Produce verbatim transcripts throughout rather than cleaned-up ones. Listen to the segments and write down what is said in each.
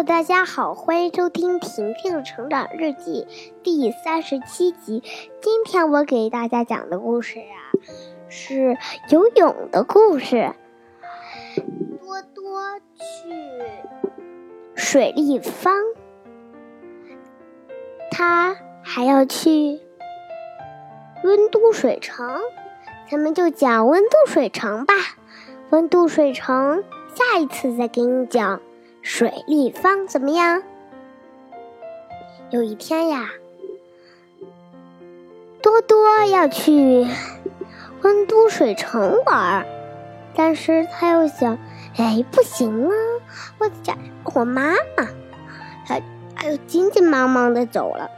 大家好，欢迎收听婷婷的成长日记第三十七集。今天我给大家讲的故事啊，是游泳的故事。多多去水立方，他还要去温都水城，咱们就讲温都水城吧。温都水城，下一次再给你讲水立方怎么样？有一天呀，多多要去温都水城玩，但是他又想，哎，不行啊，我家我妈妈，他他又急急忙忙的走了。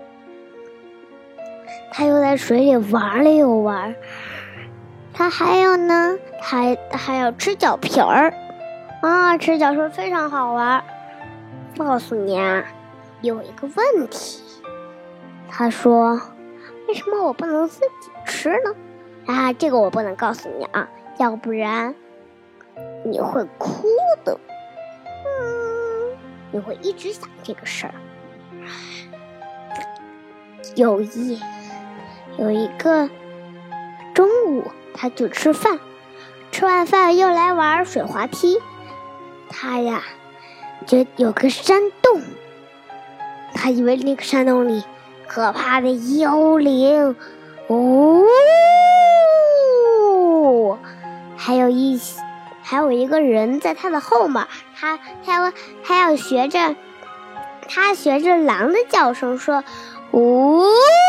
他又在水里玩了又玩，他还有呢，他还要吃脚皮儿。啊，吃饺子非常好玩。告诉你啊，有一个问题。他说：“为什么我不能自己吃呢？”啊，这个我不能告诉你啊，要不然你会哭的。嗯，你会一直想这个事儿。有一有一个中午，他就吃饭，吃完饭又来玩水滑梯。他呀，就有个山洞，他以为那个山洞里可怕的幽灵哦，还有一还有一个人在他的后面，他他要他要学着他学着狼的叫声说哦，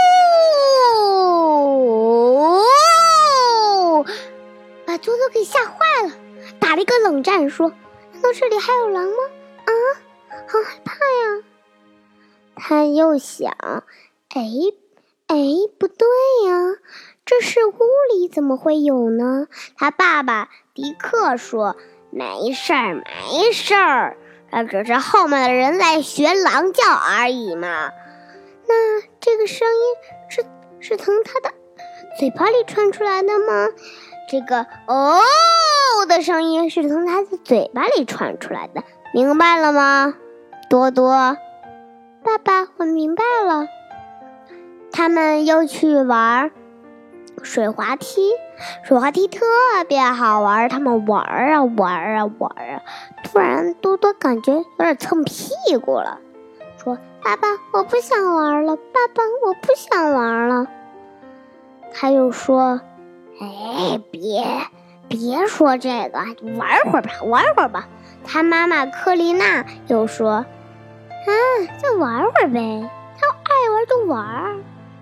把多多给吓坏了，打了一个冷战说。难道这里还有狼吗？啊，好害怕呀！他又想，哎哎，不对呀，这是屋里怎么会有呢？他爸爸迪克说：“没事儿，没事儿，这只是后面的人在学狼叫而已嘛。”那这个声音是是从他的嘴巴里传出来的吗？这个哦的声音是从他的嘴巴里传出来的，明白了吗？多多，爸爸，我明白了。他们又去玩水滑梯，水滑梯特别好玩，他们玩啊玩啊玩啊，突然多多感觉有点蹭屁股了，说：“爸爸，我不想玩了，爸爸，我不想玩了。”他又说：“哎，别。”别说这个，玩会儿吧，玩会儿吧。他妈妈克丽娜又说：“啊，就玩会儿呗，他爱玩就玩。”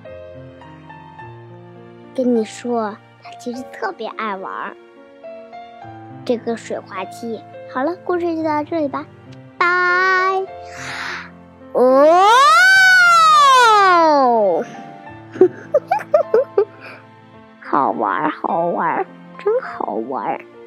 跟你说，他其实特别爱玩这个水滑梯。好了，故事就到这里吧，拜。哦，好玩，好玩。真好玩。